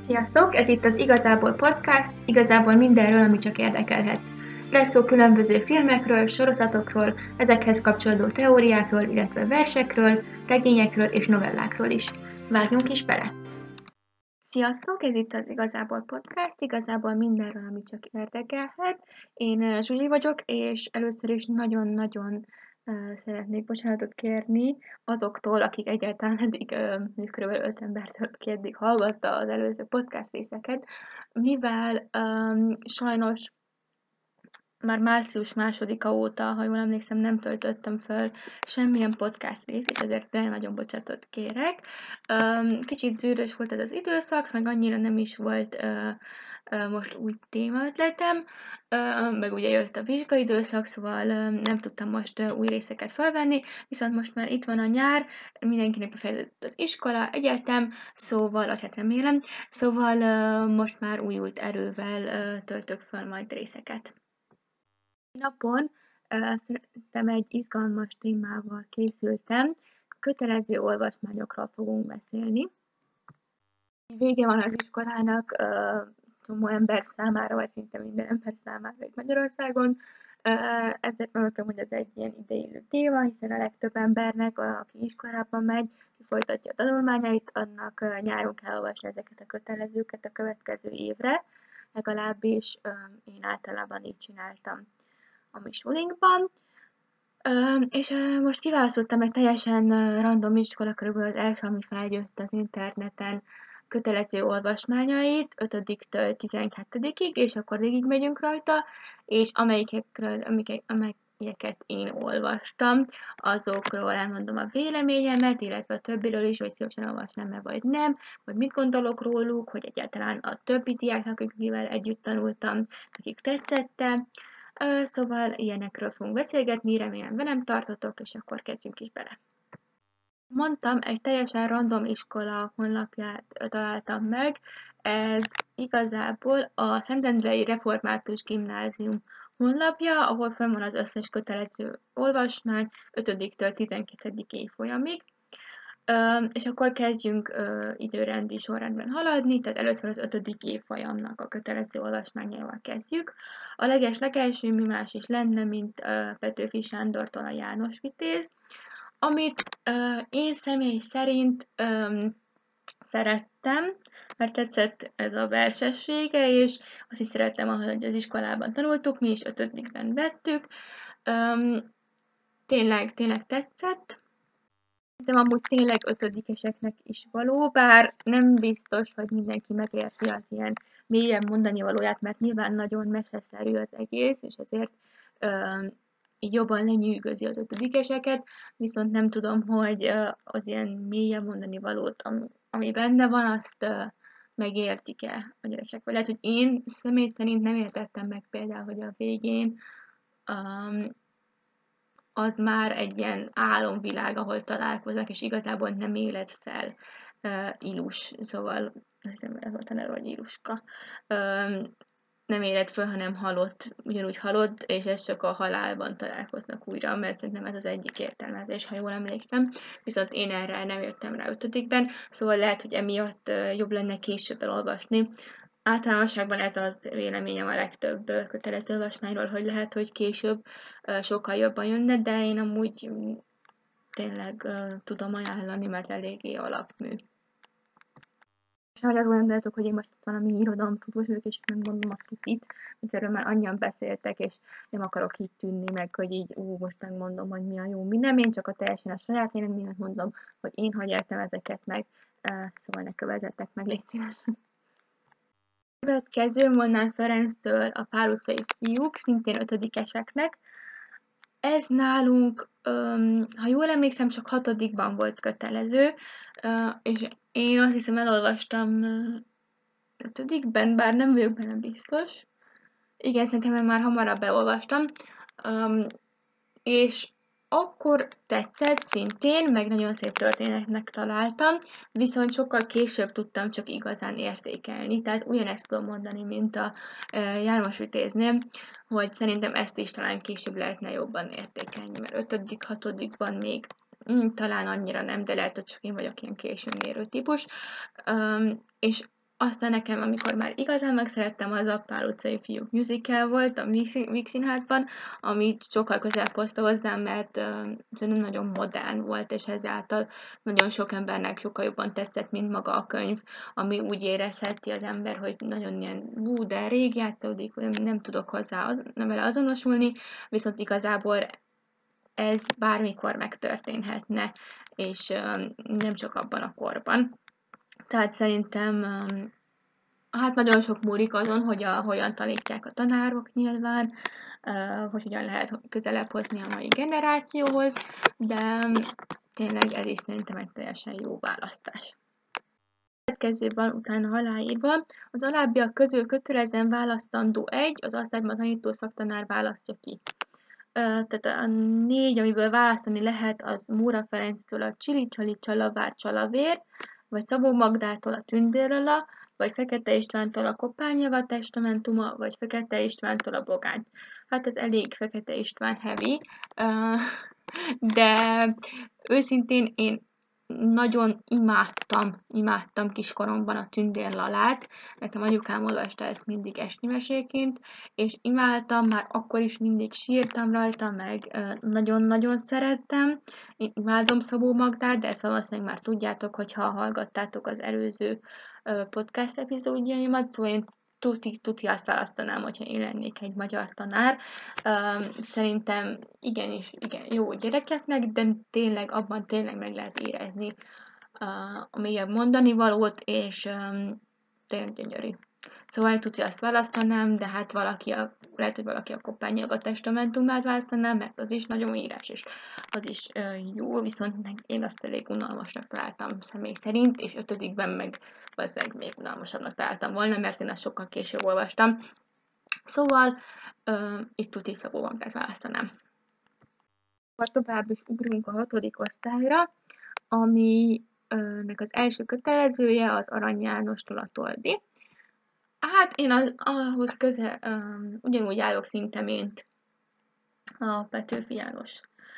Sziasztok! Ez itt az Igazából Podcast, igazából mindenről, ami csak érdekelhet. Lesz szó különböző filmekről, sorozatokról, ezekhez kapcsolódó teóriákról, illetve versekről, regényekről és novellákról is. Vágjunk is bele! Sziasztok! Ez itt az Igazából Podcast, igazából mindenről, ami csak érdekelhet. Én Zsuzsi vagyok, és először is nagyon-nagyon szeretnék bocsánatot kérni azoktól, akik egyáltalán eddig kb. 5 embertől, aki eddig hallgatta az előző podcast részeket, mivel sajnos már március 2-a óta, ha jól emlékszem, nem töltöttem fel semmilyen podcast részt, és ezért nagyon bocsánatot kérek. Kicsit zűrös volt ez az időszak, meg annyira nem is volt most új témaötletem, meg ugye jött a vizsgaidőszak, szóval nem tudtam most új részeket felvenni, viszont most már itt van a nyár, mindenkinek befejeződött az iskola, egyetem, szóval, hát remélem, szóval most már újult erővel töltök fel majd részeket. Napon szerintem egy izgalmas témával készültem, kötelező olvasmányokról fogunk beszélni. Vége van az iskolának csomó ember számára, vagy szinte minden ember számára itt Magyarországon. Ezért mondtam, hogy ez egy ilyen ideillő téma, hiszen a legtöbb embernek, aki iskolában megy, ki folytatja a tanulmányait, annak nyáron kell olvasni ezeket a kötelezőket a következő évre. Legalábbis én általában így csináltam a mi sulinkban. És most kiválasztottam egy teljesen random iskola, körülbelül az első, ami feljött az interneten, kötelező olvasmányait 5-től 12-ig, és akkor végigmegyünk rajta, és amelyeket én olvastam, azokról elmondom a véleményemet, illetve a többiről is, hogy szívesen olvasnám-e vagy nem, hogy mit gondolok róluk, hogy egyáltalán a többi diáknak, akivel együtt tanultam, akik tetszette. Szóval ilyenekről fogunk beszélgetni, remélem velem tartotok, és akkor kezdjünk is bele. Mondtam, egy teljesen random iskola honlapját találtam meg, ez igazából a Szentendrei Református Gimnázium honlapja, ahol fenn van az összes kötelező olvasmány 5-től 12. évfolyamig. És akkor kezdjünk időrendi sorrendben haladni, tehát először az 5. évfolyamnak a kötelező olvasmányával kezdjük. A legelső mi más is lenne, mint Petőfi Sándortól a János Vitéz, amit én személy szerint szerettem, mert tetszett ez a versessége, és azt is szerettem, ahogy az iskolában tanultuk, mi is 5-ben vettük. Tényleg tetszett. De amúgy tényleg 5-eseknek is való, bár nem biztos, hogy mindenki megérti az ilyen mélyen mondani valóját, mert nyilván nagyon meseszerű az egész, és ezért így jobban lenyűgözi az 5-eseket, viszont nem tudom, hogy az ilyen mélyen mondani valót, ami benne van, azt megértik-e a gyerekek. Vagy lehet, hogy én személy szerint nem értettem meg például, hogy a végén az már egy ilyen álomvilág, ahol találkoznak, és igazából nem éled fel Ilus, szóval azt hiszem, ez volt a neve, hogy Iluska. Nem éled fel, hanem halott, ugyanúgy halott, és ez csak a halálban találkoznak újra, mert szerintem ez az egyik értelmezés, ha jól emlékszem. Viszont én erre nem jöttem rá 5-ben, szóval lehet, hogy emiatt jobb lenne később elolvasni. Általánosságban ez az véleményem a legtöbb kötelező olvasmányról, hogy lehet, hogy később sokkal jobban jönne, de én amúgy tényleg tudom ajánlani, mert eléggé alapmű. És ahogy azt gondoltok, hogy én most valami irodalomtudós vagyok, és megmondom a kicsit, mint erről már annyian beszéltek, és nem akarok így tűnni, meg hogy így most megmondom, hogy mi a jó, mi nem, én csak teljesen a saját véleményemet mondom, hogy én hogy értem ezeket meg, szóval ne kövezzetek meg, légy szívesen. Következő Molnár Ferenctől a Pál utcai fiúk, szintén 5-eseknek. Ez nálunk, ha jól emlékszem, csak 6-ban volt kötelező, és én azt hiszem elolvastam 5-ben, bár nem vagyok benne biztos. Igen, szerintem én már hamarabb elolvastam, és akkor tetszett szintén, meg nagyon szép történetnek találtam, viszont sokkal később tudtam csak igazán értékelni. Tehát ugyanezt tudom mondani, mint a János Vitéznél, hogy szerintem ezt is talán később lehetne jobban értékelni, mert 5-6-ban még talán annyira nem, de lehet, hogy csak én vagyok ilyen későn érő típus. És Aztán nekem, amikor már igazán megszerettem, az a Pál utcai fiúk musical volt a Víg Színházban, ami sokkal közelebb hozta hozzám, mert szerintem nagyon modern volt, és ezáltal nagyon sok embernek sokkal jobban tetszett, mint maga a könyv, ami úgy érezheti az ember, hogy nagyon ilyen, de rég játszódik, nem tudok hozzá, nem vele azonosulni, viszont igazából ez bármikor megtörténhetne, és nem csak abban a korban. Tehát szerintem hát nagyon sok múlik azon, hogy hogyan tanítják a tanárok nyilván, hogy hogyan lehet közelebb hozni a mai generációhoz, de tényleg ez is szerintem egy teljesen jó választás. Következő van utána aláírva, az alábbiak közül kötelezően választandó egy, az osztályban tanító szaktanár választja ki. Tehát a 4, amiből választani lehet, az Móra Ferenctől a Csili Csali Csalavár Csalavér, vagy Szabó Magdától a Tündérala, vagy Fekete Istvántól a Kopányjava testamentuma, vagy Fekete Istvántól a Bogány. Hát ez elég Fekete István heavy, de őszintén én nagyon imádtam kiskoromban a Tündérlalát. Nekem anyukám olvasta ezt mindig esti meséként, és imádtam, már akkor is mindig sírtam rajta, meg nagyon-nagyon szerettem. Én imádom Szabó Magdát, de ezt valószínűleg már tudjátok, hogyha hallgattátok az előző podcast epizódjaimat, szóval én tuti azt választanám, hogyha én lennék egy magyar tanár. Szerintem igen, jó gyerekeknek, de tényleg abban tényleg meg lehet érezni a mélyebb mondani valót, és tényleg gyönyörű. Szóval én tuti azt választanám, de hát lehet, hogy valaki a Kopányjava testamentumát választanám, mert az is nagyon írás, és az is jó, viszont én azt elég unalmasnak találtam személy szerint, és 5-ben meg valószínűleg még unalmasabbnak találtam volna, mert én azt sokkal később olvastam. Szóval itt tuti Szabó Magdát választanám. Tovább is ugrunk a 6. osztályra, aminek az első kötelezője az Arany Jánostól a Toldi. Hát én ahhoz közel ugyanúgy állok szinte, mint a Petőfi János.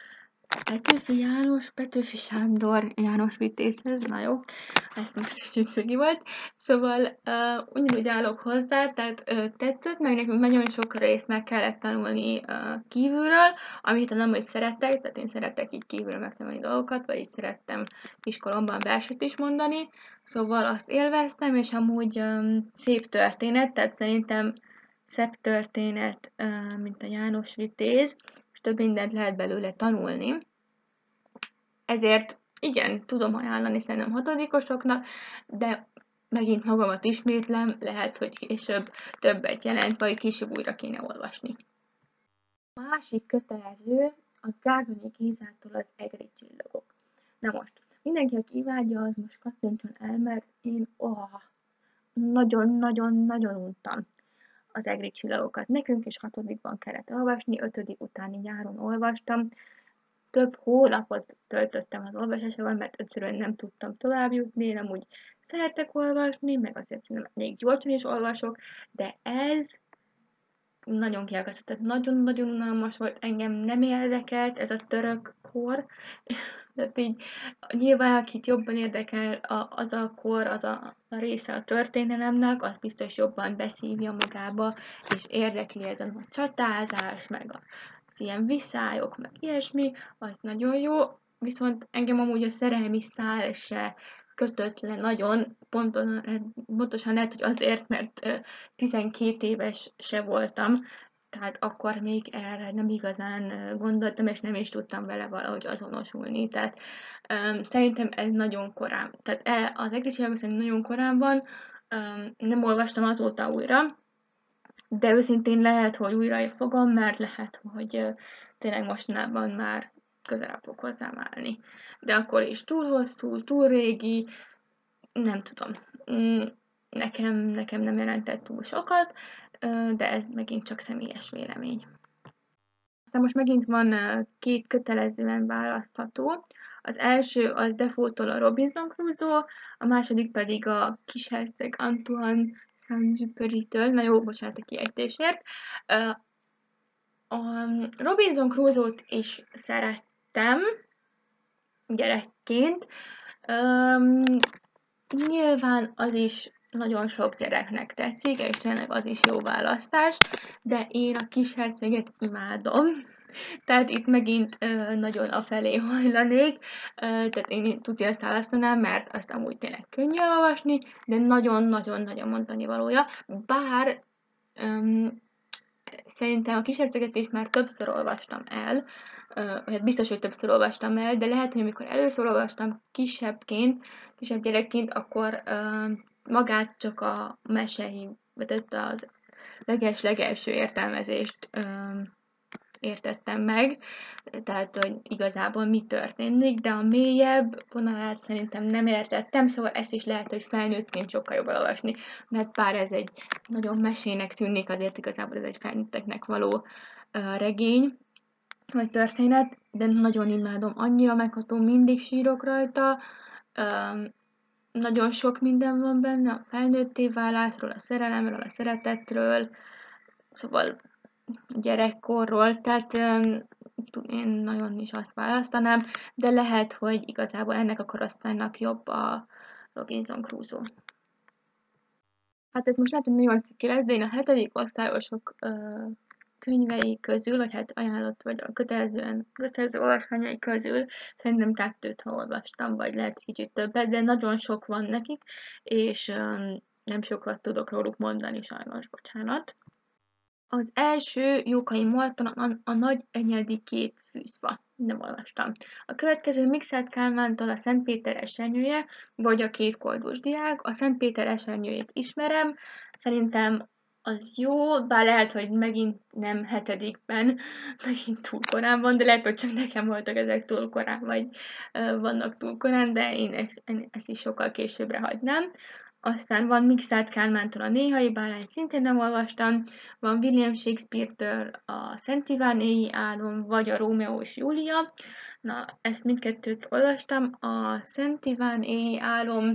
Petőfi Sándor, János Vitézhez, na jó, ezt most kicsit szögi volt. Szóval ugyanúgy állok hozzá, tehát tetszett, meg nekünk nagyon sok részt meg kellett tanulni kívülről, amit nem hogy szeretek, tehát én szeretek így kívülről megtanulni dolgokat, vagy így szerettem kiskoromban verset is mondani, szóval azt élveztem, és amúgy szép történet, tehát szerintem szebb történet, mint a János Vitéz, és több mindent lehet belőle tanulni. Ezért igen, tudom ajánlani szerintem 6-osoknak, de megint magamat ismétlem, lehet, hogy később többet jelent, vagy később újra kéne olvasni. A másik kötelező az Gárdonyi Gézától az Egri csillagok. Na most, mindenki, aki imádja, az most kattintson el, mert én nagyon-nagyon-nagyon untam az Egri csillagokat. Nekünk is 6-ban kellett olvasni, 5. utáni nyáron olvastam. Több hónapot töltöttem az olvasásával, mert egyszerűen nem tudtam tovább jutni, én amúgy szeretek olvasni, meg azért szerintem még gyorsan is olvasok, de ez nagyon kiakasztott, nagyon-nagyon unalmas volt, engem nem érdekelt ez a török kor, tehát így nyilván akit jobban érdekel az a kor, az a része a történelemnek, az biztos jobban beszívja magába, és érdekli ezen a csatázás, meg az ilyen viszályok, meg ilyesmi, az nagyon jó, viszont engem amúgy a szerelmi szál se kötött le nagyon, pontosan lehet, hogy azért, mert 12 éves se voltam, tehát akkor még erre nem igazán gondoltam, és nem is tudtam vele valahogy azonosulni. Tehát szerintem ez nagyon korán, tehát az Egri csillagok szerintem nagyon korán van, nem olvastam azóta újra, de őszintén lehet, hogy újra fogom, mert lehet, hogy tényleg mostanában már közelebb fog hozzám állni. De akkor is túl hosszú, túl régi, nem tudom. Nekem nem jelentett túl sokat, de ez megint csak személyes vélemény. Aztán most megint van 2 kötelezően választható. Az első az Defoe-tól a Robinson Crusoe, a második pedig a Kisherceg Antoine Saint-Exupéry-től. Na jó, bocsánat a kiejtésért. A Robinson Crusoe-t is szerettem gyerekként. Nyilván az is nagyon sok gyereknek tetszik, és tényleg az is jó választás, de én a Kis Herceget imádom. Tehát itt megint nagyon afelé hajlanék, tehát én tudja ezt választanám, mert azt amúgy tényleg könnyű olvasni, de nagyon-nagyon-nagyon mondani valója, bár szerintem a Kis Herceget is már többször olvastam el, hát biztos, hogy többször olvastam el, de lehet, hogy amikor először olvastam kisebb gyerekként, akkor magát csak a mesei, vagy az legelső értelmezést értettem meg, tehát, hogy igazából mi történik, de a mélyebb vonalát szerintem nem értettem, szóval ezt is lehet, hogy felnőttként sokkal jobban olvasni, mert bár ez egy nagyon mesének tűnik, azért igazából ez egy felnőtteknek való regény, vagy történet, de nagyon imádom, annyira megható, mindig sírok rajta, nagyon sok minden van benne, a felnőtté válásról, a szerelemről, a szeretetről, szóval gyerekkorról, tehát én nagyon is azt választanám, de lehet, hogy igazából ennek a korosztálynak jobb a Robinson Crusoe. Hát ez most lehet, hogy nagyon ciki lesz, de én a 7. osztályosok könyvei közül, vagy hát ajánlott, vagy a kötelező olvasmányai közül szerintem 2-t, ha olvastam, vagy lehet kicsit többet, de nagyon sok van nekik, és nem sokat tudok róluk mondani, sajnos, bocsánat. Az első Jókai Marton a Nagy Enyedi Két Fűszfa. Nem olvastam. A következő Mikszáth Kálmántól a Szent Péter esernyője, vagy a Két koldus diák. A Szent Péter esernyőjét ismerem. Szerintem az jó, bár lehet, hogy megint nem 7-ben, megint túl korán van, de lehet, hogy csak nekem voltak ezek túl korán, vagy vannak túl korán, de én ezt is sokkal későbbre hagynám. Aztán van Mikszáth Kálmántól a Néhai Bárányt, szintén nem olvastam, van William Shakespeare-től a Szent Iván éji álom, vagy a Rómeó és Júlia. Na, ezt mindkettőt olvastam. A Szent Iván éji álom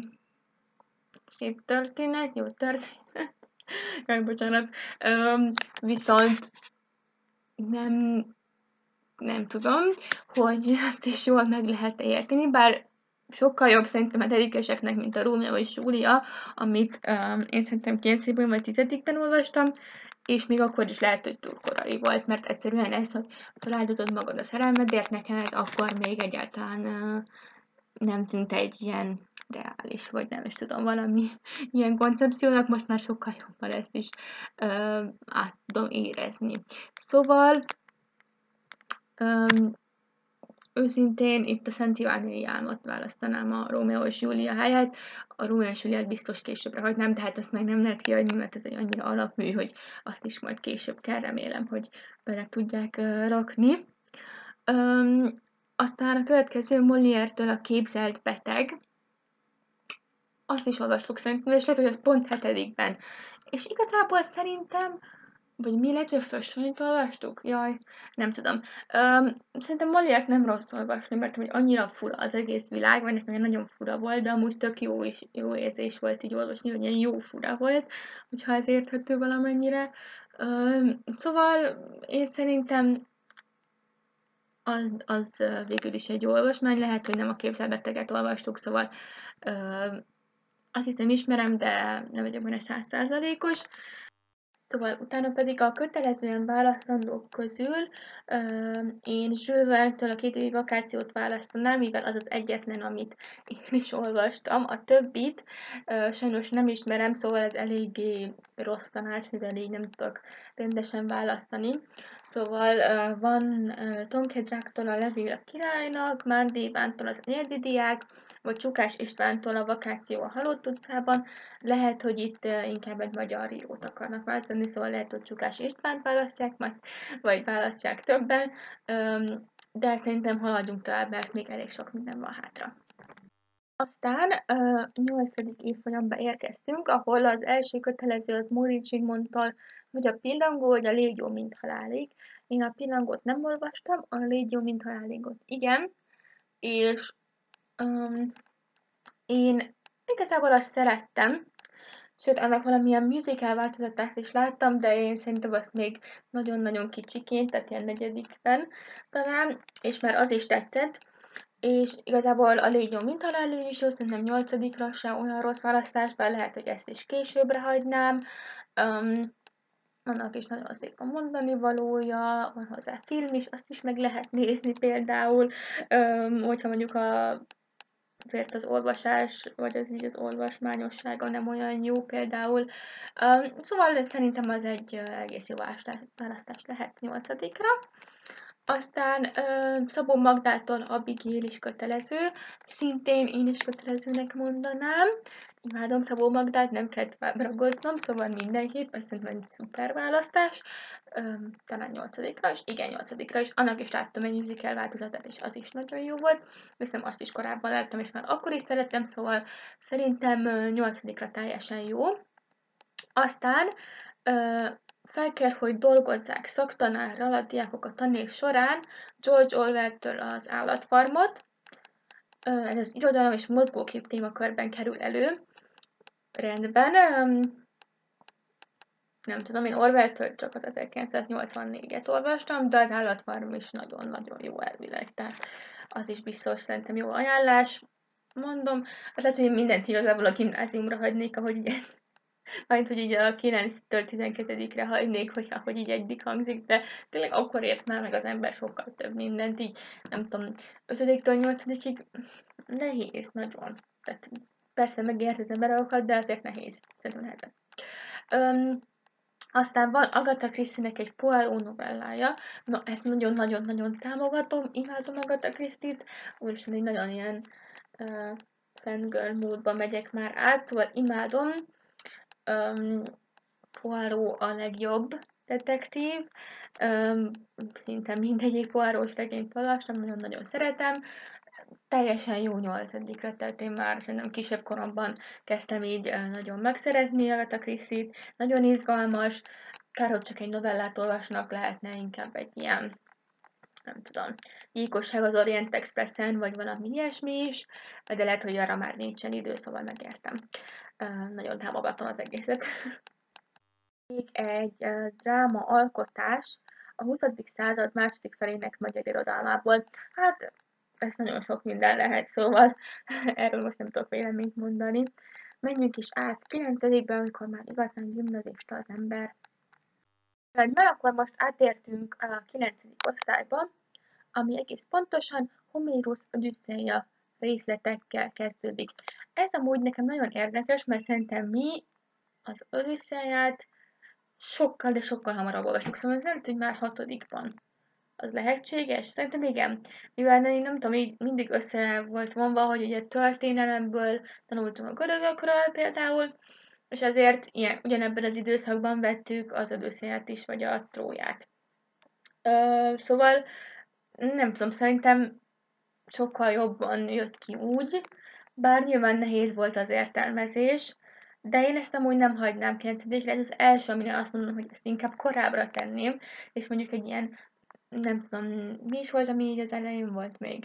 szép történet, jó történet. Jaj, bocsánat. Viszont nem tudom, hogy azt is jól meg lehet érteni, bár sokkal jobb szerintem a dedikeseknek, mint a Rómeó és Júlia, amit én szerintem 9-ben vagy 10-ben olvastam, és még akkor is lehet, hogy túl korai volt, mert egyszerűen ez, hogy feláldozod magad a szerelmedért, nekem ez akkor még egyáltalán nem tűnt egy ilyen reális, vagy nem is tudom, valami ilyen koncepciónak, most már sokkal jobban ezt is át tudom érezni. Szóval őszintén itt a Szent Iványi álmot választanám a Rómeó és Júlia helyett. A Rómeó és Júliát biztos későbbre hagynám, de hát azt meg nem lehet kiadni, mert ez egy annyira alapmű, hogy azt is majd később kell, remélem, hogy bele tudják rakni. Aztán a következő Molière-től a Képzelt beteg. Azt is olvastuk szerintem, és lehet, hogy az pont 7-ben. És igazából szerintem vagy mi lett, hogy Fössönyt olvastuk? Jaj, nem tudom. Szerintem Molière nem rossz olvasni, mert hogy annyira fura az egész világ, vagy nekem nagyon fura volt, de amúgy tök jó érzés volt így olvasni, hogy ilyen jó fura volt, hogyha ez érthető valamennyire. Szóval én szerintem az végül is egy jó olvasmány, lehet, hogy nem a Képzelbeteget olvastuk, szóval azt hiszem ismerem, de nem vagyok benne 100%-os. Szóval utána pedig a kötelezően választandók közül én Jules Verne-től a 2 évi vakációt választanám, mivel az az egyetlen, amit én is olvastam. A többit sajnos nem ismerem, szóval ez eléggé rossz tanács, mivel így nem tudok rendesen választani. Szóval van Tonke Dráktól a Levél a királynak, Mándi Ivántól az Enyedi diák, vagy Csukás Istvántól a Vakáció a Halott utcában. Lehet, hogy itt inkább egy magyar írót akarnak választani, szóval lehet, hogy Csukás Istvánt választják majd, vagy választják többen, de szerintem haladjunk tovább, mert még elég sok minden van hátra. Aztán 8. évfolyamba érkeztünk, ahol az első kötelező az Móricz Zsigmondtól, hogy a Pillangó, vagy a Légy jó, mint halálig. Én a Pillangót nem olvastam, a Légy jó, mint haláligot igen, és én igazából azt szerettem, sőt, annak valamilyen musical változatát is láttam, de én szerintem azt még nagyon-nagyon kicsiként, tehát ilyen 4-ben talán, és már az is tetszett. és igazából a Légy jó, mint halállény is jó, szerintem 8-ra se olyan rossz választás, bár lehet, hogy ezt is későbbre hagynám. Annak is nagyon szép a mondani valója, van hozzá film is, azt is meg lehet nézni például, hogyha mondjuk azért az olvasás, vagy az így az olvasmányossága nem olyan jó például. Szóval szerintem az egy egész jó választás lehet 8-ra. Aztán Szabó Magdától Abigail is kötelező, szintén én is kötelezőnek mondanám. Imádom Szabó Magdát, nem kell tovább ragoznom, szóval mindenképp, ez szerintem egy szuper választás. Talán 8-ra is, igen 8-ra is, annak is láttam egy musical változatát, és az is nagyon jó volt, viszont azt is korábban láttam, és már akkor is szerettem, szóval szerintem 8-ra teljesen jó. Aztán fel kell, hogy dolgozzák szaktanárral a diákok a tanév során George Orwell-től az Állatfarmot. Ez az irodalom és mozgókép témakörben kerül elő. Rendben. Nem tudom, én Orwell-től csak az 1984-et olvastam, de az Állatfarm is nagyon-nagyon jó elvileg, tehát az is biztos szerintem jó ajánlás. Mondom, az lehet, hogy mindent igazából a gimnáziumra hagynék, ahogy ugye majd, hogy így a 9-től 12-re hagynék, hogy így egyik hangzik, de tényleg akkor ért már meg az ember sokkal több mindent, így nem tudom, 5-től 8-ig nehéz nagyon. Tehát persze megért az embereket, de azért nehéz. Szerintem nehezebb. Aztán van Agatha Christie-nek egy Poirot novellája, na ezt nagyon-nagyon-nagyon támogatom, imádom Agatha Christie-t, úgyhogy egy nagyon ilyen fangirl módba megyek már át, szóval imádom. Poirot a legjobb detektív, szinte mindegyik Poirot regényt olvastam, nagyon-nagyon szeretem, teljesen jó 8-ra, tehát én már szerintem kisebb koromban kezdtem így nagyon megszeretni Agatha Christie-t, nagyon izgalmas, kár, hogy csak egy novellát olvasnak, lehetne inkább egy ilyen, nem tudom, Gyilkosság az Orient Expressen, vagy valami ilyesmi is, de lehet, hogy arra már nincsen idő, szóval megértem. Nagyon támogatom az egészet. Még egy dráma alkotás a 20. század második felének magyar irodalmából. Hát, ez nagyon sok minden lehet, szóval erről most nem tudok véleményt mondani. Menjünk is át 9-be, amikor már igazán gimnazista az ember. Na, akkor most átértünk a 9. osztályba, ami egész pontosan Homérusz Odüsszeia részletekkel kezdődik. Ez amúgy nekem nagyon érdekes, mert szerintem mi az Odüsszeiát sokkal, de sokkal hamarabb olvastuk, szóval ez nem, hogy már 6-ban. Az lehetséges? Szerintem igen. Mivel én nem tudom, így mindig össze volt vonva, hogy ugye történelemből tanultunk a görögökről például, és ezért ugyanebben az időszakban vettük az Odüsszeiát is, vagy a Tróját. Szóval nem tudom, szerintem sokkal jobban jött ki úgy, bár nyilván nehéz volt az értelmezés, de én ezt amúgy nem hagynám 9-re, ez az első, amire azt mondom, hogy ezt inkább korábbra tenném, és mondjuk egy ilyen, nem tudom, mi is volt, ami így az elején volt még.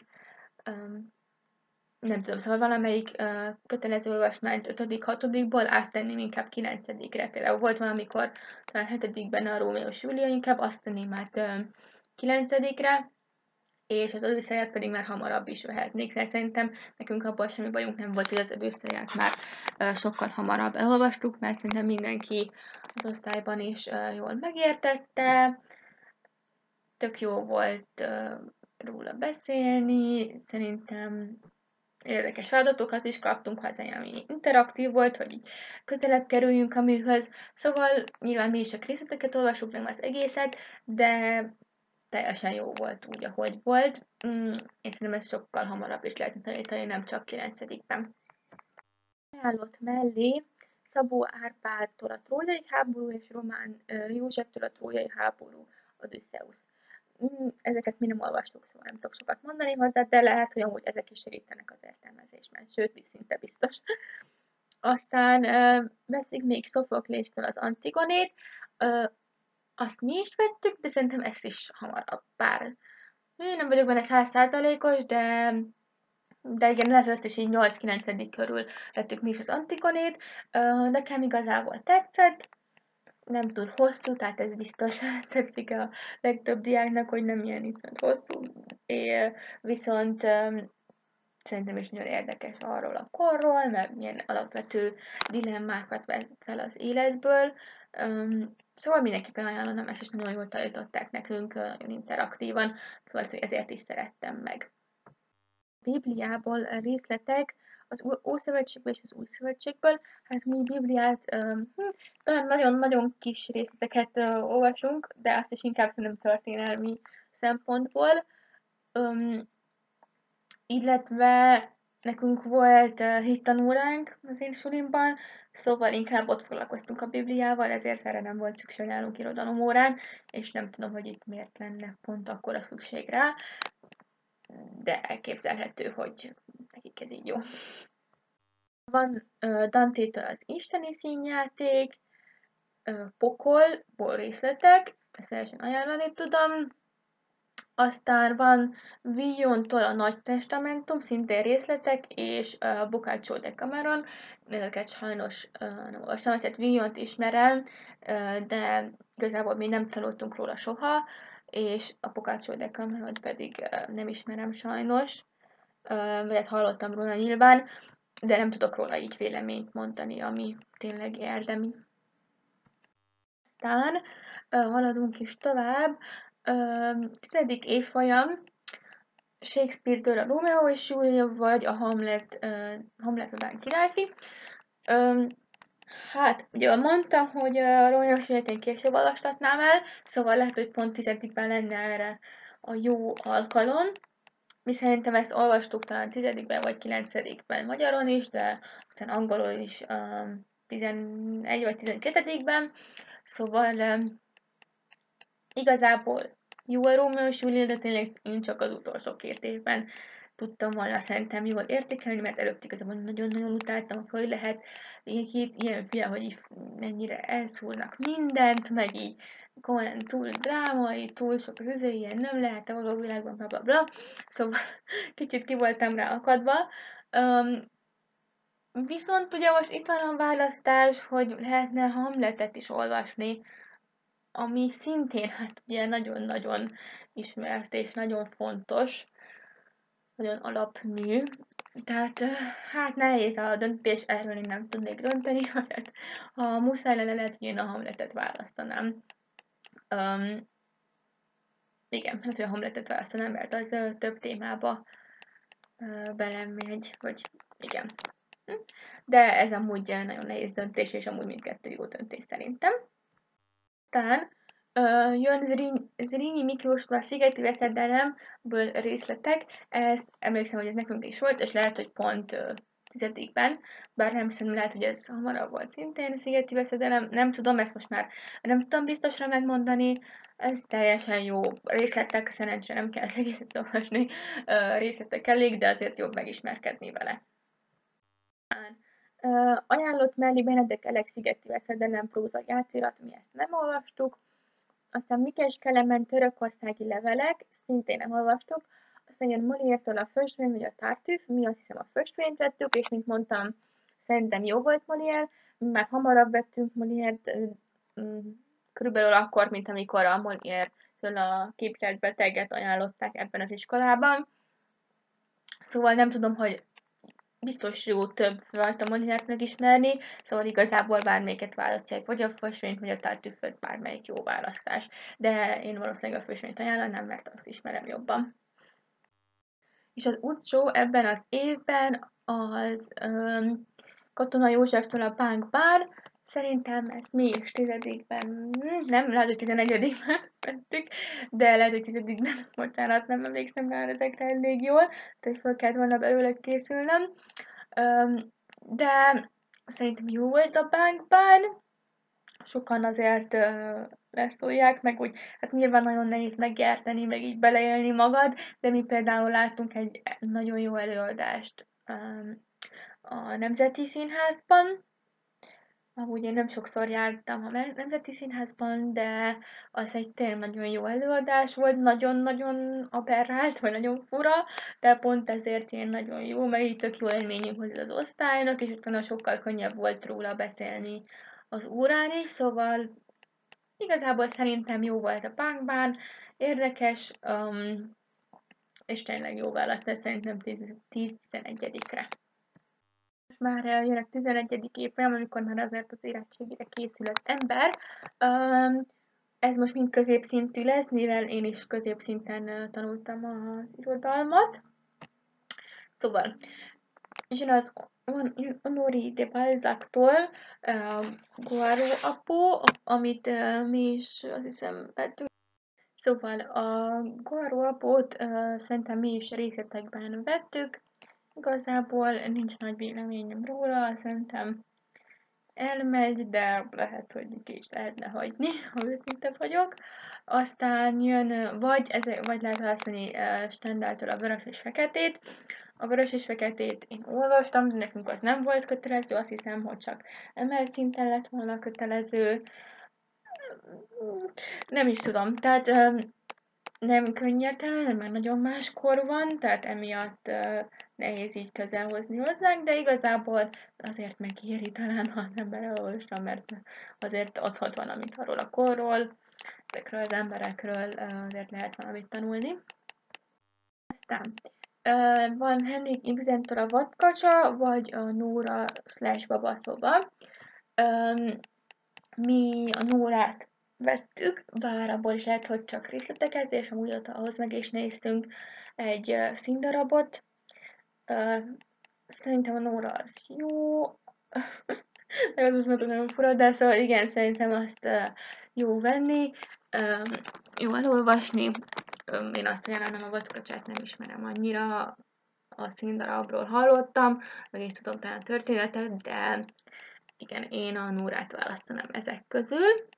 Nem tudom, szóval valamelyik kötelező olvasmányt 5.-6-ból áttenném inkább 9-re. Például volt valamikor talán 7-ben a Rómeó és Júlia, inkább azt tenném át 9-re, és az Odüsszeiát pedig már hamarabb is vehetnék, szóval szerintem nekünk abban semmi bajunk nem volt, hogy az Odüsszeiát már sokkal hamarabb elolvastuk, mert szerintem mindenki az osztályban is jól megértette, tök jó volt róla beszélni, szerintem érdekes feladatokat is kaptunk hozzá, ami interaktív volt, hogy így közelebb kerüljünk a műhöz, szóval nyilván mi is a részleteket olvasjuk, nem az egészet, de teljesen jó volt úgy, ahogy volt. És szerintem ez sokkal hamarabb is lehetne tanítani, nem csak 9-ben. Ajánlott mellé Szabó Árpádtól a trójai háború és Román Józseftől a trójai háború Odüsszeusz. Ezeket mi nem olvastuk, szóval nem tudok sokat mondani hozzá, de lehet, hogy amúgy ezek is segítenek az értelmezésben, sőt, szinte biztos. Aztán veszik még Szofoklésztől az Antigonét, azt mi is vettük, de szerintem ezt is hamarabb, bár én nem vagyok benne 100%-os, de igen, lehet, hogy ezt is így 8-9 körül vettük mi is az Antigonét. Nekem igazából tetszett, nem túl hosszú, tehát ez biztos tetszik a legtöbb diáknak, hogy nem ilyen iszonyat hosszú. Viszont szerintem is nagyon érdekes arról a korról, meg milyen alapvető dilemmákat vett fel az életből. Szóval mindenképpen ajánlom, ezt is nagyon jól tanították nekünk, nagyon interaktívan, szóval hogy ezért is szerettem meg. Bibliából részletek az Ószövetségből és az Új Szövetségből. Hát mi Bibliát talán nagyon-nagyon kis részleteket olvasunk, de azt is inkább szerintem történelmi szempontból. Illetve nekünk volt hittanóránk az én sulimban, szóval inkább ott foglalkoztunk a Bibliával, ezért erre nem volt szükség nálunk irodalomórán, és nem tudom, hogy itt miért lenne pont akkor a szükség rá, de elképzelhető, hogy nekik ez így jó. Van Dante-től az Isteni színjáték, Pokolból részletek, ezt teljesen ajánlani tudom. Aztán van Villon-tól a Nagy Testamentum, szintén részletek, és Boccaccio de Cameron, ezeket sajnos nem olvastam, tehát Villont ismerem, de igazából még nem tanultunk róla soha, és a Boccaccio de Cameron pedig nem ismerem sajnos, vagy hallottam róla nyilván, de nem tudok róla így véleményt mondani, ami tényleg érdemi. Aztán haladunk is tovább. 10. évfolyam, Shakespeare-től a Rómeó és Júlia, vagy a Hamlet a Dán királyfi. Hát, ugye mondtam, hogy a Rómeó és Júliát én később olvastatnám el, szóval lehet, hogy pont 10-ben lenne erre a jó alkalom. Mi szerintem ezt olvastuk talán 10-ben vagy 9-ben magyaron is, de aztán angolul is 11 vagy 12-ben. Szóval igazából jó a Rómeó és Júlia, de tényleg én csak az utolsó 2 évben tudtam volna szerintem jól értékelni, mert előtt igazából nagyon-nagyon utáltam, hogy lehet ilyen fia, hogy így mennyire elszúrnak mindent, meg így komolyan túl drámai, túl sok az ilyen nem lehet a való világban, bla bla bla. Szóval kicsit ki voltam rá akadva. Viszont ugye most itt van a választás, hogy lehetne Hamletet is olvasni, ami szintén hát ugye nagyon-nagyon ismert és nagyon fontos, nagyon alapmű. Tehát hát nehéz a döntés, erről én nem tudnék dönteni, hát ha muszáj lenne, lehet, hogy én a Hamletet választanám. Igen, hát hogy a Hamletet választanám, mert az több témába belemegy, vagy igen. De ez amúgy nagyon nehéz döntés, és amúgy mindkettő jó döntés szerintem. Aztán jön Zrínyi Miklóstól a Szigeti Veszedelemből részletek, ezt emlékszem, hogy ez nekünk is volt, és lehet, hogy pont 10-ben, bár nem szerintem lehet, hogy ez hamarabb volt szintén a Szigeti Veszedelem, nem tudom, ezt most már nem tudom biztosra megmondani, ez teljesen jó részletek, szerencsére nem kell az egészet olvasni, részletek elég, de azért jobb megismerkedni vele. Ajánlott mellé Benedek Elek Szigeti Veszedelem próza átirat, mi ezt nem olvastuk. Aztán Mikes Kelemen törökországi levelek, szintén nem olvastuk. Aztán jön Molière-től a Fösvény, vagy a Tartüff, mi azt hiszem a Fösvényt vettük, és mint mondtam, szerintem jó volt Molière, már hamarabb vettünk Molière-t, körülbelül akkor, mint amikor a Molière-től a Képzelt beteget ajánlották ebben az iskolában. Szóval nem tudom, hogy biztos jó több rajta Molière-t megismerni, szóval igazából bármelyiket választják, vagy a Fösvényt, vagy a Tartüfföt, bármelyik jó választás. De én valószínűleg a Fösvényt ajánlanám, mert azt ismerem jobban. És az utcsó ebben az évben az Katona Józseftől a Pánk Bár, szerintem ezt mi is 10-ben, nem, lehet, hogy 11-ben vettük, de lehet, hogy 10-ben, bocsánat, nem emlékszem már ezekre elég jól, tehát fel kellett volna belőle készülnem. De szerintem jó volt a Pánkban, sokan azért leszólják, meg úgy, hát nyilván nagyon nehéz megérteni, meg így beleélni magad, de mi például láttunk egy nagyon jó előadást a Nemzeti Színházban. Amúgy én nem sokszor jártam a Nemzeti Színházban, de az egy tényleg nagyon jó előadás volt, nagyon-nagyon aberrált, vagy nagyon fura, de pont ezért ilyen nagyon jó, mert így tök jó élményünk volt az osztálynak, és utána sokkal könnyebb volt róla beszélni az órán is, szóval igazából szerintem jó volt a Punkban, érdekes, és tényleg jó választás, szerintem 10-11-re. Most már jön a 11. évfolyam, amikor már azért az érettségire készül az ember. Ez most mind középszintű lesz, mivel én is középszinten tanultam az irodalmat. Szóval, jön az Honoré de Balzac-tól Guaro Apó, amit mi is azt hiszem vettük. Szóval a Guaro Apót szerintem mi is részletekben vettük. Igazából nincs nagy véleményem róla, szerintem elmegy, de lehet, hogy ki is lehetne hagyni, ha őszinte vagyok. Aztán jön, vagy lehet választani Stendhaltól a Vörös és Feketét. A Vörös és Feketét én olvastam, de nekünk az nem volt kötelező, azt hiszem, hogy csak emelt szinten lett volna kötelező. Nem is tudom, tehát nem könnyeltelen, mert nagyon máskor van, tehát emiatt nehéz így közel hozni hozzánk, de igazából azért megéri talán, ha az ember elolvasta, mert azért ott van, amit arról a korról, ezekről az emberekről azért lehet valamit tanulni. Aztán van Henrik Ibsentől a Vadkacsa, vagy a Nóra / Babaszoba. Mi a Nórát vettük, bár abból is lehet, hogy csak részleteket, és amúgy ott ahhoz meg is néztünk egy színdarabot. Szerintem a Nóra az jó. Ez most már nagyon fura, de szóval igen, szerintem azt jó venni, jó elolvasni. Én azt ajánlom, a Vadkacsát nem ismerem annyira, a színdarabról hallottam, meg is tudom talán a történetet, de igen, én a Nórát választanám ezek közül.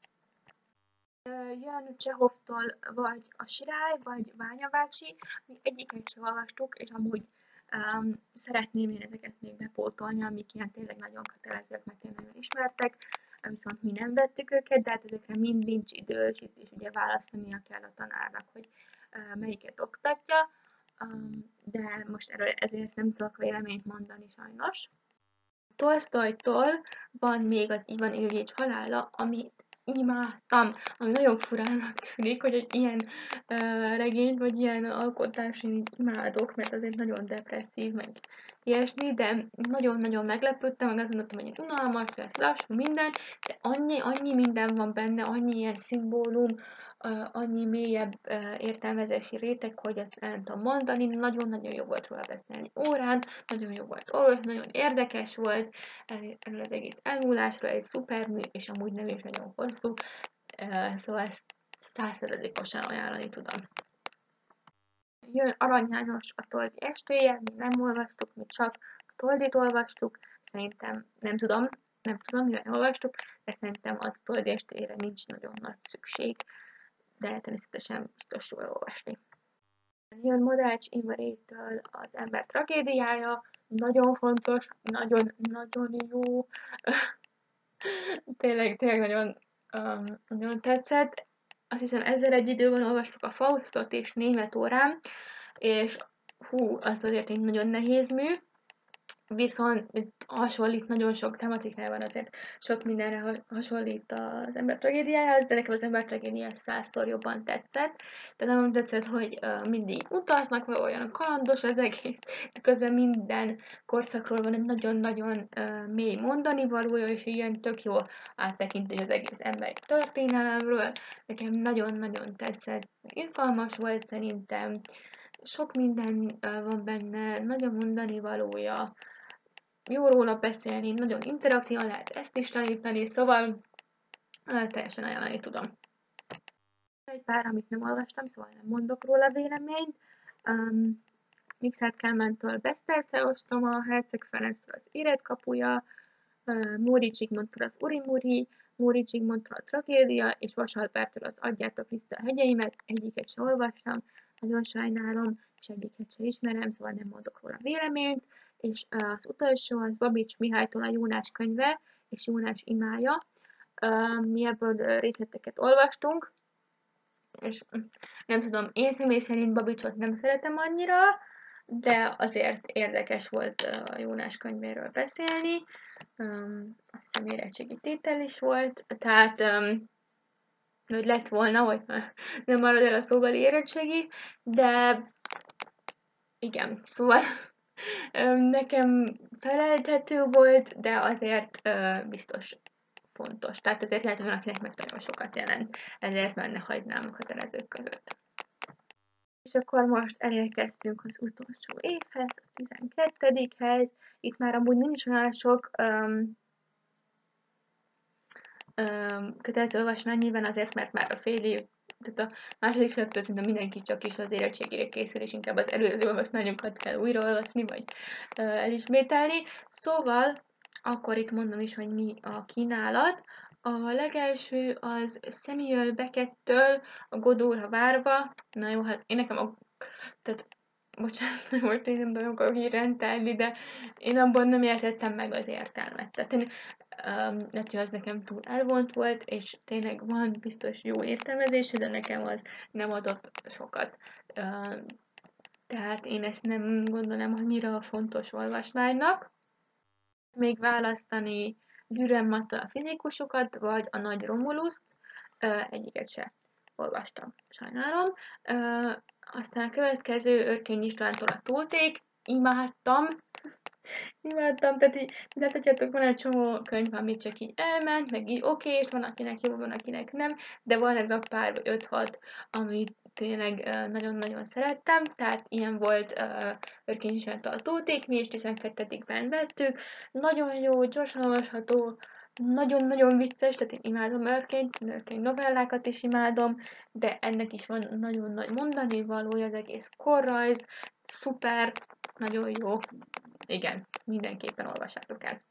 Jön Csehovtól vagy a Sirály, vagy Ványa bácsi. Mi egyiket sem olvastuk, és amúgy szeretném én ezeket még bepótolni, amik ilyen tényleg nagyon kötelezőek, meg tényleg nagyon ismertek, viszont mi nem vettük őket, de hát ezekre mind nincs idő, és itt is ugye választania kell a tanárnak, hogy melyiket oktatja, de most erről ezért nem tudok véleményt mondani sajnos. Tolsztojtól van még az Ivan Iljics halála, amit imádtam, ami nagyon furának tűnik, hogy egy ilyen regényt, vagy ilyen alkotást én imádok, mert azért nagyon depresszív, meg ilyesmi, de nagyon-nagyon meglepődtem, meg azt mondtam, hogy unalmas, lesz lassú, minden, de annyi minden van benne, annyi ilyen szimbólum, annyi mélyebb értelmezési réteg, hogy ezt nem tudom mondani, nagyon-nagyon jó volt róla beszélni órán, nagyon jó volt olvasni, nagyon érdekes volt, erről az egész elmúlásról egy szuper mű, és amúgy nem is nagyon hosszú, szóval ezt 100%-osan ajánlani tudom. Jön Arany János a Toldi estéje, mi nem olvastuk, mi csak a Toldit olvastuk, szerintem nem tudom, mivel olvastuk, de szerintem a Toldi estéjére nincs nagyon nagy szükség, de természetesen biztos jól olvasni. Jön Modács Imrétől az Ember tragédiája, nagyon fontos, nagyon jó, tényleg nagyon tetszett. Azt hiszem ezzel egy időben olvastuk a Faustot és német órán, és az azért egy nagyon nehéz mű, viszont hasonlít nagyon sok tematikájában, azért sok mindenre hasonlít az Ember tragédiájához, de nekem az Ember tragédiája 100-szor jobban tetszett. De nagyon tetszett, hogy mindig utaznak, vagy olyan kalandos az egész, de közben minden korszakról van egy nagyon-nagyon mély mondani valója, és ilyen tök jó áttekintés az egész emberi történelemről. Nekem nagyon-nagyon tetszett, izgalmas volt szerintem, sok minden van benne, nagyon mondani valója, jó róla beszélni, nagyon interaktívan lehet ezt is tanítani, szóval teljesen ajánlani tudom. Egy pár, amit nem olvastam, szóval nem mondok róla véleményt. Mixert Kálmántól Beszterce ostroma, Herceg Ferenctől az Életkapuja, Móri Zsigmondtól az Urimuri, Móri Zsigmondtól a Tragédia, és Vasalpertől az Adjátok vissza a hegyeimet, egyiket se olvastam, nagyon sajnálom, és egyiket se ismerem, szóval nem mondok róla véleményt, és az utolsó az Babics Mihálytól a Jónás könyve, és Jónás imája. Mi ebből részleteket olvastunk, és nem tudom, én személy szerint Babicsot nem szeretem annyira, de azért érdekes volt a Jónás könyvéről beszélni. Azt hiszem érettségi tétel is volt, tehát hogy lett volna, hogy nem marad el a szóbeli érettségi, de Igen, szóval nekem felelthető volt, de azért biztos fontos. Tehát azért lehet, hogy valakinek meg nagyon sokat jelent, ezért már ne hagynám a kötelezők között. És akkor most elérkeztünk az utolsó évhez, a 12-hez. Itt már amúgy nincs olyan sok kötelező olvasmány, nyilván azért, mert már a fél év, tehát a második féltől szinte mindenki csak is az érettségére készül, és inkább az előző olvasmányokat kell újraolvasni, vagy elismételni. Szóval, akkor itt mondom is, hogy mi a kínálat. A legelső az Samuel Beckett-től a Godóra várva. Na jó, hát én nekem tehát bocsánat, most én nem tudom, akarok így rendelni, de én abban nem értettem meg az értelmet. Tehát én, lehet, hogy az nekem túl elvont volt, és tényleg van biztos jó értelmezése, de nekem az nem adott sokat. Tehát én ezt nem gondolom annyira fontos olvasmánynak. Még választani Dürrenmatt a fizikusokat, vagy a Nagy Romuluszt, egyiket se olvastam, sajnálom. Aztán a következő Örkény Istvántól a Tóték, imádtam, tehát így láthatjátok, van egy csomó könyv, amit csak így elment, meg így oké, és van akinek jó, van akinek nem, de van ez a pár vagy 5-6, amit tényleg nagyon-nagyon szerettem, tehát ilyen volt Örkény Istvántól a Tóték, mi is 12-ben vettük, nagyon jó, gyorsan olvasható, nagyon-nagyon vicces, tehát én imádom Örkény novellákat is imádom, de ennek is van nagyon nagy mondani valója, az egész korrajz, szuper, nagyon jó. Igen, mindenképpen olvassátok el.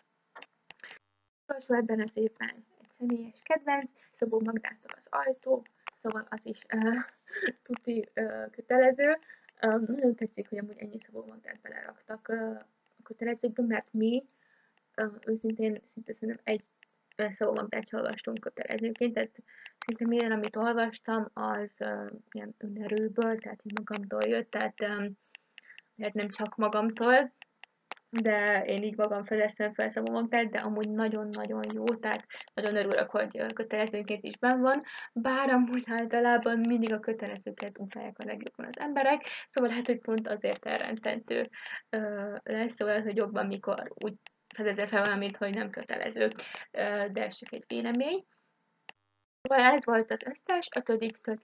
Utolsó ebben az évben egy személyes kedvenc, Szabó Magdától az Ajtó, szóval az is tuti kötelező. Nagyon tetszik, hogy amúgy ennyi Szabó Magdát beleraktak a kötelezőkbe, mert mi őszintén szinte szerintem egy Szabó Magdát sem olvastunk kötelezőként, tehát szinte minden, amit olvastam, az ilyen önerőből, tehát így magamtól jött, tehát nem csak magamtól, de én így magam fedeztem fel Szabó Magdát, de amúgy nagyon-nagyon jó, tehát nagyon örülök, hogy kötelezőként is benn van, bár amúgy általában mindig a kötelezőket utálják a legjobban az emberek, szóval lehet, hogy pont azért elrettentő lesz, szóval hogy jobban, mikor úgy fedezel fel valamit, hogy nem kötelező, de ez csak egy vélemény. Szóval ez volt az összes, 5-től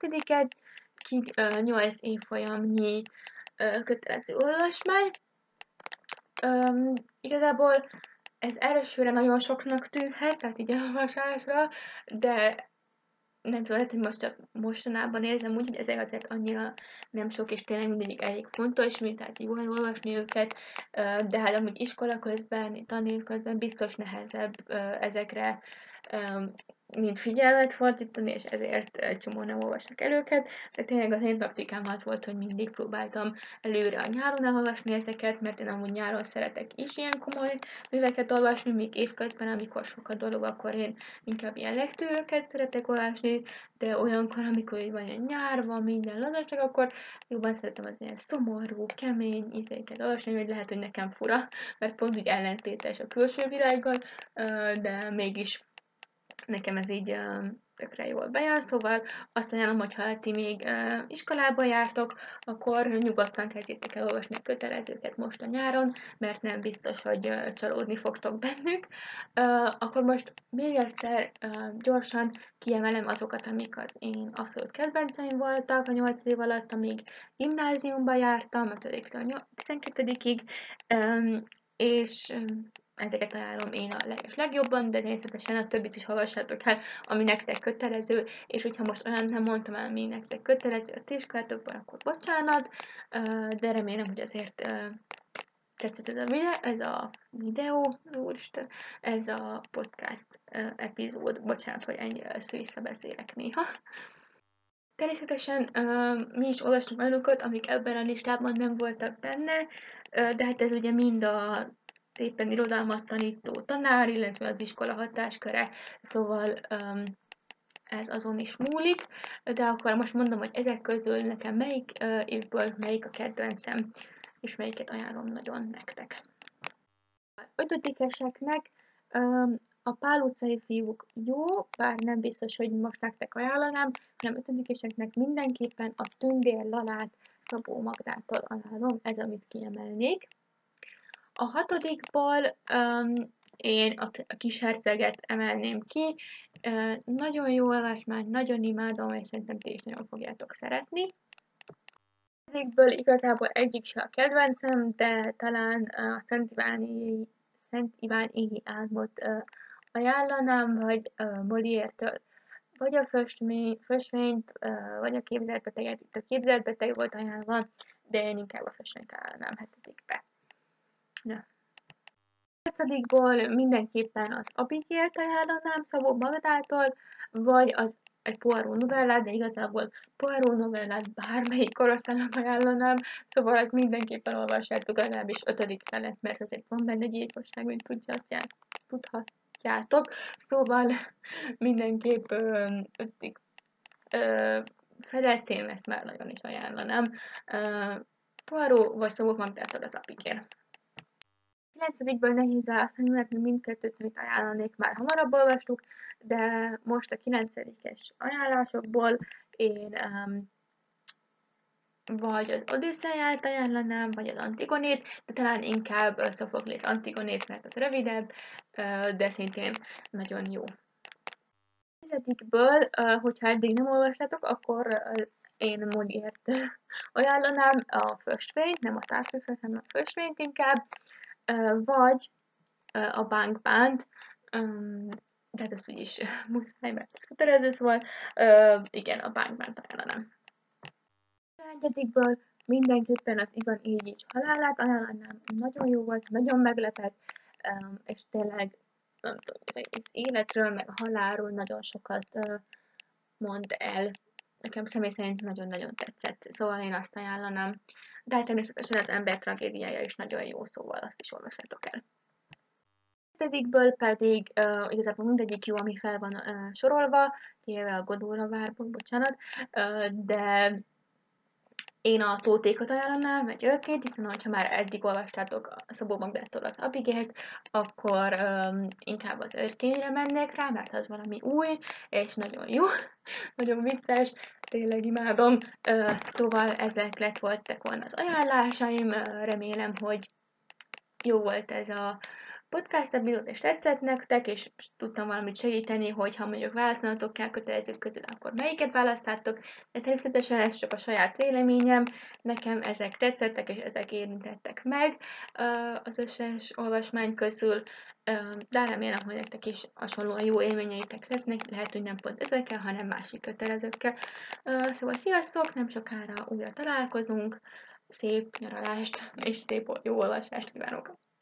12-ig 8 évfolyamnyi kötelező olvasmány. Igazából ez elsőre nagyon soknak tűnhet, tehát így elolvasásra, de nem tudom, hogy most csak mostanában érzem úgy, hogy ezek azért annyira nem sok, és tényleg mindig elég fontos, mint tehát jól olvasni őket, de hát amúgy iskola közben, tanév közben biztos nehezebb ezekre mint figyelmet fordítani, és ezért egy csomó nem olvasnak el őket, de tényleg az én taktikám az volt, hogy mindig próbáltam előre a nyáron elolvasni ezeket, mert én amúgy nyáron szeretek is ilyen komoly műveket olvasni, míg évközben, amikor sok a dolog, akkor én inkább ilyen lektűröket szeretek olvasni, de olyankor, amikor így van ilyen nyár, van minden lazaság, akkor jobban szeretem az ilyen szomorú, kemény ízéket olvasni, hogy lehet, hogy nekem fura, mert pont úgy ellentétes a külső világgal, de mégis nekem ez így tökre jól bejön, szóval azt ajánlom, hogy ha ti még iskolába jártok, akkor nyugodtan kezdjétek el olvasni a kötelezőket most a nyáron, mert nem biztos, hogy csalódni fogtok bennük. Akkor most még egyszer gyorsan kiemelem azokat, amik az én abszolút kedvenceim voltak a 8 év alatt, amíg gimnáziumba jártam, 5-től 12-ig, és ezeket ajánlom én a legjobban, de természetesen a többit is olvassátok el, ami nektek kötelező, és hogyha most olyan nem mondtam el, ami nektek kötelező a ti iskolátokban, akkor bocsánat, de remélem, hogy azért tetszett ez a videó, úristen, ez a podcast epizód, bocsánat, hogy ennyire össze-vissza beszélek néha. Természetesen mi is olvastunk olyanokat, amik ebben a listában nem voltak benne, de hát ez ugye mind a éppen irodalmat tanító tanár, illetve az iskola hatásköre, szóval ez azon is múlik, de akkor most mondom, hogy ezek közül nekem melyik évből melyik a kedvencem, és melyiket ajánlom nagyon nektek. A 5-eseknek A Pál utcai fiúk jó, bár nem biztos, hogy most nektek ajánlanám, hanem ötödikéseknek mindenképpen a Tündér Lalát Szabó Magdától ajánlom, ez amit kiemelnék. A hatodikból én a Kis Herceget emelném ki. Nagyon jó olvasmány, nagyon imádom, és szerintem ti is nagyon fogjátok szeretni. A hetedikből igazából egyik se a kedvencem, de talán a Szent Iván égi álmot ajánlanám, vagy Molière-től, vagy a Fösvényt, vagy a Képzeltbeteget. Itt a Képzeltbeteg volt ajánlva, de én inkább a Fösvényt ajánlanám hetedikbe. Na. A nyolcadikból mindenképpen az Abigail-t ajánlanám Szabó Magdától, vagy egy Poirot novellát, de igazából Poirot novellát bármelyik korosztálynak ajánlanám, szóval azt mindenképpen olvassátok legalábbis 5. felett, mert azért van benne gyilkosság, mint tudhatjátok, szóval mindenképp 5. felett én ezt már nagyon is ajánlanám. Poirot vagy Szabó Magdától az Abigail. 9-ből nehéz választani, mert mindkettőt, amit ajánlanék, már hamarabb olvastuk, de most a 9-es ajánlásokból én vagy az Odüsszeiát ajánlanám, vagy az Antigonét, de talán inkább Sophocles Antigonét, mert az rövidebb, de szintén nagyon jó. 10-ből, hogyha eddig nem olvastátok, akkor én Molière-t ajánlanám, a Fösvényt, nem a Társfőt, hanem a Fösvényt inkább, vagy a bankbánt, de hát ezt úgyis muszáj, mert ez kötelező, szóval igen, a bankbánt ajánlanám. A 11-ből mindenképpen az Ivan Ilyics halálát ajánlanám, nagyon jó volt, nagyon meglepett, és tényleg nem tudom, az életről, meg a halálról nagyon sokat mond el. Nekem személy szerint nagyon-nagyon tetszett, szóval én azt ajánlanám. De hát természetesen az ember tragédiája is nagyon jó, szóval azt is olvassátok el. A 7-ből pedig igazából mindegyik jó, ami fel van sorolva, kivéve a Godóra várból, bocsánat, de én a Tótékot ajánlanám egy örként, hiszen ha már eddig olvastátok a Szabó Magdától az Abigail-t, akkor inkább az örkényre mennék rá, mert az valami új, és nagyon jó, nagyon vicces, tényleg imádom. Szóval ezek voltak volna az ajánlásaim, remélem, hogy jó volt ez a podcast epizód, és tetszett nektek, és tudtam valamit segíteni, hogy ha mondjuk választanatok kell kötelezők közül, akkor melyiket választhattok, de természetesen ez csak a saját véleményem, nekem ezek tetszettek, és ezek érintettek meg az összes olvasmány közül, de remélem, hogy nektek is hasonlóan jó élményeitek lesznek, lehet, hogy nem pont ezekkel, hanem másik kötelezőkkel. Szóval sziasztok, nem sokára újra találkozunk, szép nyaralást és szép jó olvasást kívánok!